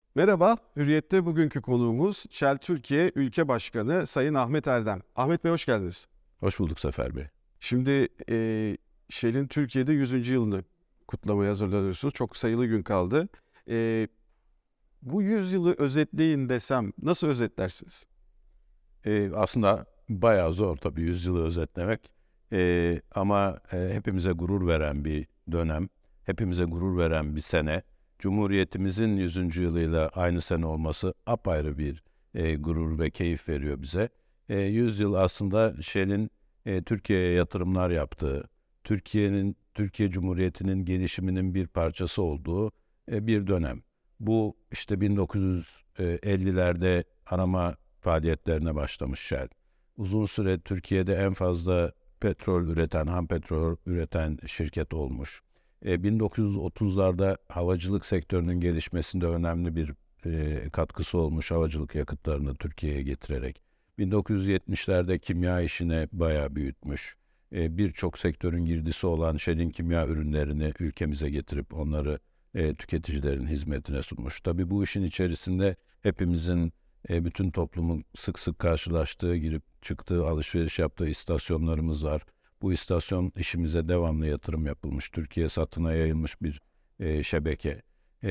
Merhaba, Hürriyet'te bugünkü konuğumuz Shell Türkiye Ülke Başkanı Sayın Ahmet Erdem. Ahmet Bey hoş geldiniz. Hoş bulduk Zafer Bey. Şimdi Shell'in Türkiye'de 100. yılını kutlamaya hazırlanıyorsunuz. Çok sayılı gün kaldı. E, Bu 100 yılı özetleyin desem nasıl özetlersiniz? Aslında bayağı zor tabii yüzyılı özetlemek. Ama hepimize gurur veren bir dönem, hepimize gurur veren bir sene. Cumhuriyetimizin 100. yılıyla aynı sene olması apayrı bir gurur ve keyif veriyor bize. 100 yıl aslında Shell'in Türkiye'ye yatırımlar yaptığı, Türkiye Cumhuriyeti'nin gelişiminin bir parçası olduğu bir dönem. Bu işte 1950'lerde arama faaliyetlerine başlamış Shell. Uzun süre Türkiye'de en fazla petrol üreten, ham petrol üreten şirket olmuş. 1930'larda havacılık sektörünün gelişmesinde önemli bir katkısı olmuş havacılık yakıtlarını Türkiye'ye getirerek. 1970'lerde kimya işine bayağı büyütmüş. Birçok sektörün girdisi olan Shell'in kimya ürünlerini ülkemize getirip onları tüketicilerin hizmetine sunmuş. Tabii bu işin içerisinde hepimizin, bütün toplumun sık sık karşılaştığı, girip çıktığı, alışveriş yaptığı istasyonlarımız var. Bu istasyon işimize devamlı yatırım yapılmış. Türkiye satına yayılmış bir şebeke.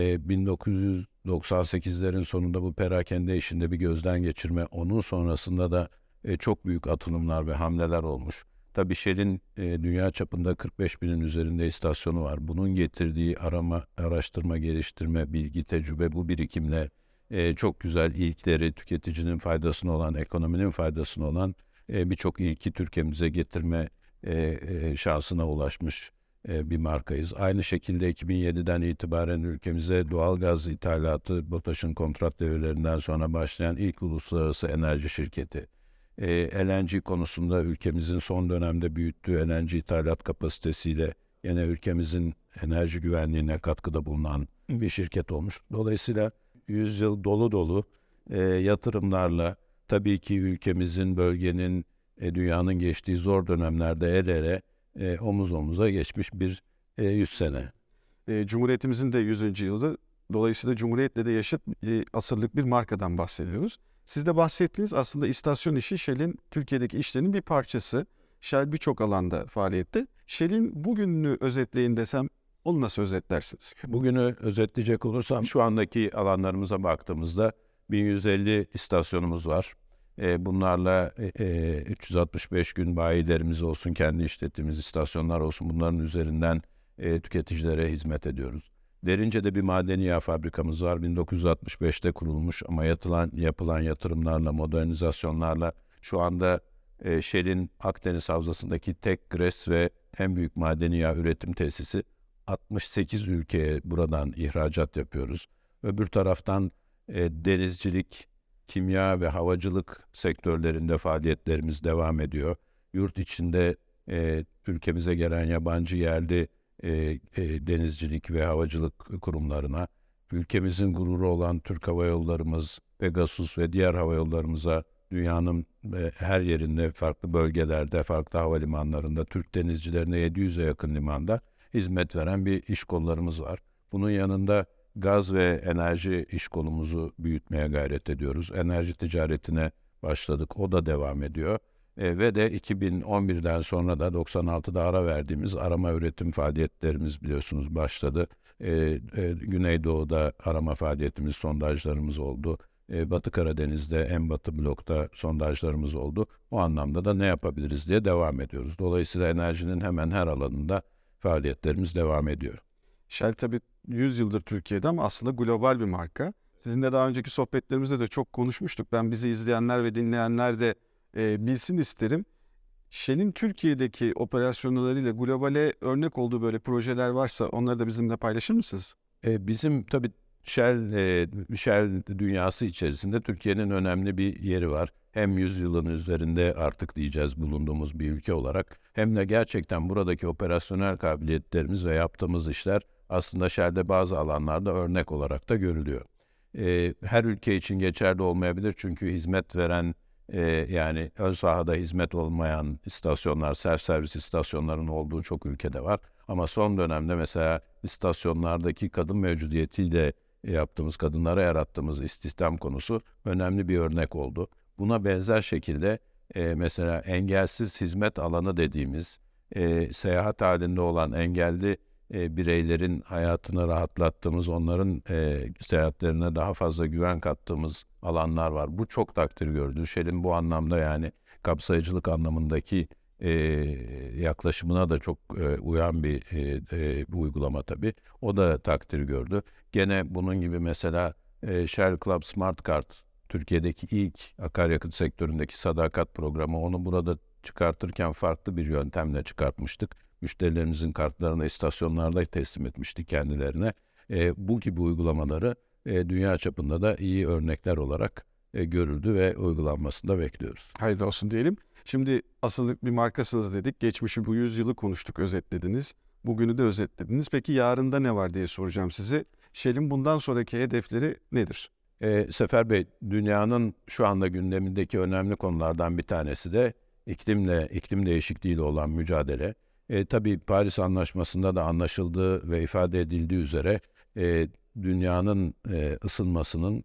1998'lerin sonunda bu perakende işinde bir gözden geçirme, onun sonrasında da çok büyük atılımlar ve hamleler olmuş. Tabii Shell'in dünya çapında 45 binin üzerinde istasyonu var. Bunun getirdiği arama, araştırma, geliştirme, bilgi, tecrübe bu birikimle çok güzel ilkleri, tüketicinin faydasına olan, ekonominin faydasına olan birçok ilki Türkiye'mize getirme şansına ulaşmış bir markayız. Aynı şekilde 2007'den itibaren ülkemize doğalgaz ithalatı, BOTAŞ'ın kontrat devirlerinden sonra başlayan ilk uluslararası enerji şirketi. LNG konusunda ülkemizin son dönemde büyüttüğü LNG ithalat kapasitesiyle yine ülkemizin enerji güvenliğine katkıda bulunan bir şirket olmuş. Dolayısıyla 100 yıl dolu dolu yatırımlarla tabii ki ülkemizin, bölgenin, dünyanın geçtiği zor dönemlerde el ele, omuz omuza geçmiş bir 100 sene. Cumhuriyetimizin de 100. yılı. Dolayısıyla Cumhuriyet'le de yaşıt asırlık bir markadan bahsediyoruz. Siz de bahsettiğiniz aslında istasyon işi Shell'in Türkiye'deki işlerinin bir parçası. Shell birçok alanda faaliyette. Shell'in bugününü özetleyin desem onu nasıl özetlersiniz? Bugünü özetleyecek olursam şu andaki alanlarımıza baktığımızda 1150 istasyonumuz var. Bunlarla 365 gün bayilerimiz olsun, kendi işlettiğimiz istasyonlar olsun, bunların üzerinden tüketicilere hizmet ediyoruz. Derince'de bir madeni yağ fabrikamız var. 1965'te kurulmuş ama yapılan yatırımlarla, modernizasyonlarla şu anda Shell'in Akdeniz Havzası'ndaki tek GRES ve en büyük madeni yağ üretim tesisi. 68 ülkeye buradan ihracat yapıyoruz. Öbür taraftan denizcilik, kimya ve havacılık sektörlerinde faaliyetlerimiz devam ediyor. Yurt içinde ülkemize gelen yabancı yerli denizcilik ve havacılık kurumlarına, ülkemizin gururu olan Türk Hava Yollarımız, Pegasus ve diğer hava yollarımıza dünyanın her yerinde, farklı bölgelerde, farklı havalimanlarında, Türk denizcilerine 700'e yakın limanda hizmet veren bir iş kollarımız var. Bunun yanında gaz ve enerji iş kolumuzu büyütmeye gayret ediyoruz. Enerji ticaretine başladık, o da devam ediyor. Ve de 2011'den sonra da 96'da ara verdiğimiz arama üretim faaliyetlerimiz biliyorsunuz başladı. Güneydoğu'da arama faaliyetimiz, sondajlarımız oldu. Batı Karadeniz'de en batı blokta sondajlarımız oldu. O anlamda da ne yapabiliriz diye devam ediyoruz. Dolayısıyla enerjinin hemen her alanında faaliyetlerimiz devam ediyor. Shell tabii 100 yıldır Türkiye'de ama aslında global bir marka. Sizinle daha önceki sohbetlerimizde de çok konuşmuştuk. Ben bizi izleyenler ve dinleyenler de bilsin isterim. Shell'in Türkiye'deki operasyonlarıyla globale örnek olduğu böyle projeler varsa onları da bizimle paylaşır mısınız? Bizim tabii Shell dünyası içerisinde Türkiye'nin önemli bir yeri var. Hem 100 yılın üzerinde artık diyeceğiz bulunduğumuz bir ülke olarak hem de gerçekten buradaki operasyonel kabiliyetlerimiz ve yaptığımız işler aslında Shell'de bazı alanlarda örnek olarak da görülüyor. Her ülke için geçerli olmayabilir çünkü hizmet veren yani ön sahada hizmet olmayan istasyonlar, self-servis istasyonların olduğu çok ülkede var. Ama son dönemde mesela istasyonlardaki kadın mevcudiyetiyle yaptığımız, kadınlara yarattığımız istihdam konusu önemli bir örnek oldu. Buna benzer şekilde mesela engelsiz hizmet alanı dediğimiz seyahat halinde olan engelli bireylerin hayatını rahatlattığımız, onların seyahatlerine daha fazla güven kattığımız alanlar var. Bu çok takdir gördü. Shell'in bu anlamda yani kapsayıcılık anlamındaki yaklaşımına da çok uyan bir uygulama tabii. O da takdir gördü. Gene bunun gibi mesela Shell Club Smart Card, Türkiye'deki ilk akaryakıt sektöründeki sadakat programı. Onu burada çıkartırken farklı bir yöntemle çıkartmıştık. Müşterilerimizin kartlarını istasyonlarda teslim etmiştik kendilerine. Bu gibi uygulamaları dünya çapında da iyi örnekler olarak görüldü ve uygulanmasını da bekliyoruz. Hayırlı olsun diyelim. Şimdi asıllık bir markasınız dedik. Geçmişi, bu 100 yılı konuştuk, özetlediniz. Bugünü de özetlediniz. Peki yarında ne var diye soracağım size. Shell'in bundan sonraki hedefleri nedir? Sefer Bey, dünyanın şu anda gündemindeki önemli konulardan bir tanesi de iklim değişikliğiyle olan mücadele. Tabii Paris Anlaşması'nda da anlaşıldığı ve ifade edildiği üzere dünyanın ısınmasının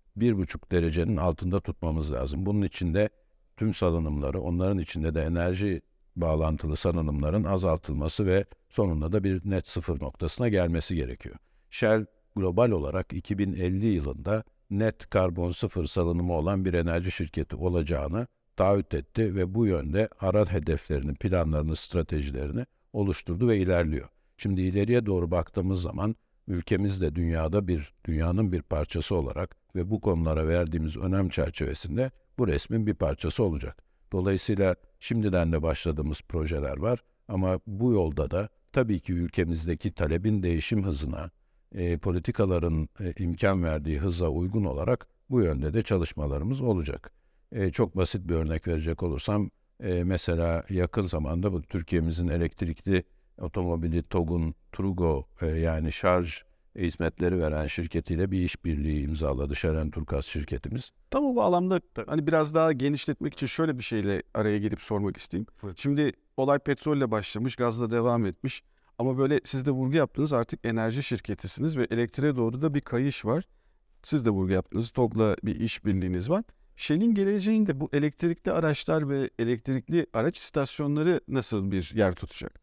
1,5 derecenin altında tutmamız lazım. Bunun için de tüm salınımları, onların içinde de enerji bağlantılı salınımların azaltılması ve sonunda da bir net sıfır noktasına gelmesi gerekiyor. Shell global olarak 2050 yılında net karbon sıfır salınımı olan bir enerji şirketi olacağını taahhüt etti ve bu yönde ara hedeflerini, planlarını, stratejilerini oluşturdu ve ilerliyor. Şimdi ileriye doğru baktığımız zaman ülkemiz de dünyanın bir parçası olarak ve bu konulara verdiğimiz önem çerçevesinde bu resmin bir parçası olacak. Dolayısıyla şimdiden de başladığımız projeler var ama bu yolda da tabii ki ülkemizdeki talebin değişim hızına, politikaların imkan verdiği hıza uygun olarak bu yönde de çalışmalarımız olacak. Çok basit bir örnek verecek olursam, mesela yakın zamanda bu Türkiye'mizin elektrikli otomobili TOG'un Trugo yani şarj hizmetleri veren şirketiyle bir işbirliği imzaladı Şeren Turkas şirketimiz. Tam bu bağlamda hani biraz daha genişletmek için şöyle bir şeyle araya girip sormak isteyeyim. Şimdi olay petrolle başlamış, gazla devam etmiş. Ama böyle siz de vurgu yaptınız, artık enerji şirketisiniz ve elektriğe doğru da bir kayış var. Siz de vurgu yaptınız, TOG'la bir işbirliğiniz var. Shell'in geleceğinde bu elektrikli araçlar ve elektrikli araç istasyonları nasıl bir yer tutacak?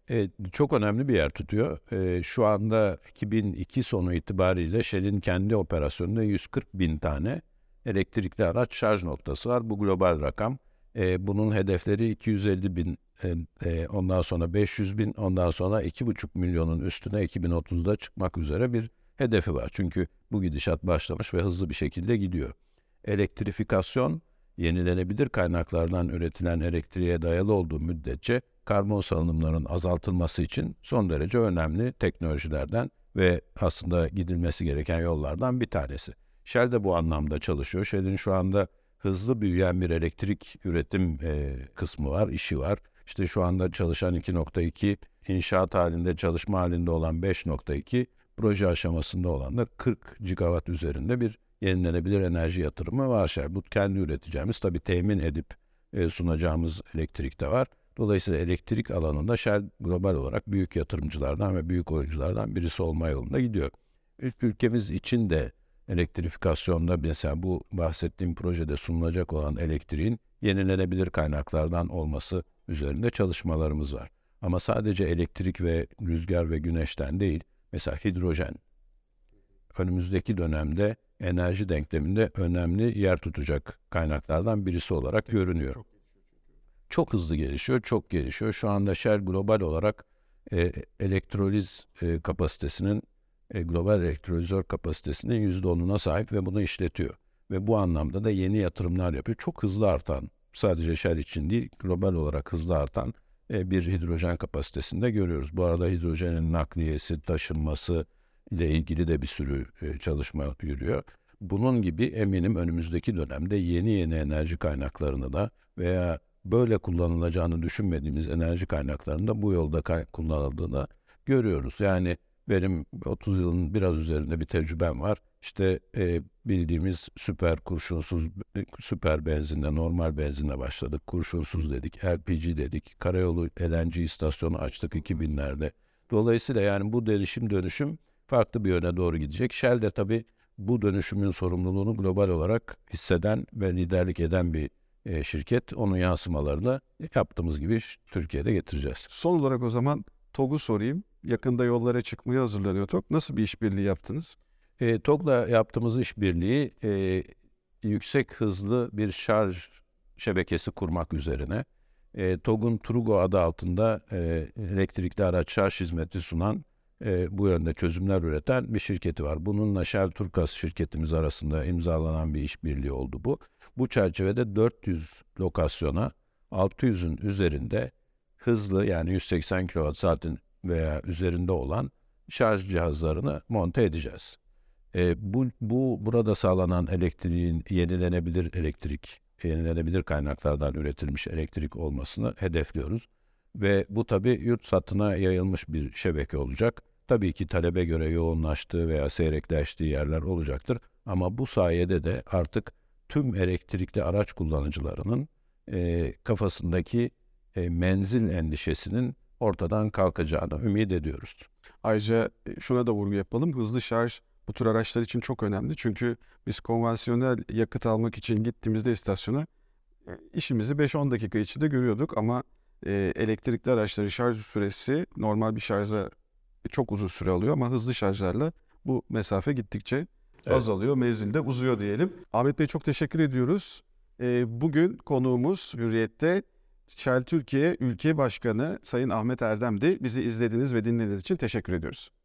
Çok önemli bir yer tutuyor. Şu anda 2002 sonu itibariyle Shell'in kendi operasyonunda 140 bin tane elektrikli araç şarj noktası var. Bu global rakam. Bunun hedefleri 250 bin, ondan sonra 500 bin, ondan sonra 2,5 milyonun üstüne 2030'da çıkmak üzere bir hedefi var. Çünkü bu gidişat başlamış ve hızlı bir şekilde gidiyor. Elektrifikasyon, yenilenebilir kaynaklardan üretilen elektriğe dayalı olduğu müddetçe karbon salınımlarının azaltılması için son derece önemli teknolojilerden ve aslında gidilmesi gereken yollardan bir tanesi. Shell de bu anlamda çalışıyor. Shell'in şu anda hızlı büyüyen bir elektrik üretim kısmı var, işi var. İşte şu anda çalışan 2,2, inşaat halinde, çalışma halinde olan 5,2, proje aşamasında olan da 40 gigawatt üzerinde bir yenilenebilir enerji yatırımı var Shell. Bu kendi üreteceğimiz, tabii temin edip sunacağımız elektrik de var. Dolayısıyla elektrik alanında Shell global olarak büyük yatırımcılardan ve büyük oyunculardan birisi olma yolunda gidiyor. Ülkemiz için de elektrifikasyonda mesela bu bahsettiğim projede sunulacak olan elektriğin yenilenebilir kaynaklardan olması üzerinde çalışmalarımız var. Ama sadece elektrik ve rüzgar ve güneşten değil, mesela hidrojen önümüzdeki dönemde enerji denkleminde önemli yer tutacak kaynaklardan birisi olarak görünüyor. Çok hızlı gelişiyor, çok gelişiyor. Şu anda Shell global olarak elektroliz kapasitesinin, global elektrolizör kapasitesinin %10'una sahip ve bunu işletiyor. Ve bu anlamda da yeni yatırımlar yapıyor. Çok hızlı artan, sadece Shell için değil, global olarak hızlı artan bir hidrojen kapasitesinde görüyoruz. Bu arada hidrojenin nakliyesi, taşınması ile ilgili de bir sürü çalışma yürüyor. Bunun gibi eminim önümüzdeki dönemde yeni enerji kaynaklarını da veya böyle kullanılacağını düşünmediğimiz enerji kaynaklarında bu yolda kullanıldığını görüyoruz. Yani benim 30 yılın biraz üzerinde bir tecrübem var. İşte bildiğimiz süper kurşunsuz, süper benzinle, normal benzinle başladık. Kurşunsuz dedik, LPG dedik, karayolu LNG istasyonu açtık 2000'lerde. Dolayısıyla yani bu değişim dönüşüm farklı bir yöne doğru gidecek. Shell de tabii bu dönüşümün sorumluluğunu global olarak hisseden ve liderlik eden bir şirket. Onun yansımalarını yaptığımız gibi Türkiye'de getireceğiz. Son olarak o zaman TOG'u sorayım. Yakında yollara çıkmaya hazırlanıyor TOG. Nasıl bir işbirliği yaptınız? TOG'la yaptığımız işbirliği yüksek hızlı bir şarj şebekesi kurmak üzerine. TOG'un Trugo adı altında elektrikli araç şarj hizmeti sunan, bu yönde çözümler üreten bir şirketi var. Bununla Shell Turkas şirketimiz arasında imzalanan bir işbirliği oldu bu. Bu çerçevede 400 lokasyona 600'ün üzerinde hızlı, yani 180 kWh veya üzerinde olan şarj cihazlarını monte edeceğiz. Burada sağlanan elektriğin yenilenebilir kaynaklardan üretilmiş elektrik olmasını hedefliyoruz. Ve bu tabii yurt satına yayılmış bir şebeke olacak. Tabii ki talebe göre yoğunlaştığı veya seyrekleştiği yerler olacaktır. Ama bu sayede de artık tüm elektrikli araç kullanıcılarının kafasındaki menzil endişesinin ortadan kalkacağını ümit ediyoruz. Ayrıca şuna da vurgu yapalım. Hızlı şarj bu tür araçlar için çok önemli. Çünkü biz konvansiyonel yakıt almak için gittiğimizde istasyona işimizi 5-10 dakika içinde görüyorduk ama elektrikli araçların şarj süresi normal bir şarja çok uzun süre alıyor ama hızlı şarjlarla bu mesafe gittikçe azalıyor, menzil de uzuyor diyelim. Ahmet Bey, çok teşekkür ediyoruz. Bugün konuğumuz Hürriyet'te Shell Türkiye Ülke Başkanı Sayın Ahmet Erdem'di. Bizi izlediğiniz ve dinlediğiniz için teşekkür ediyoruz.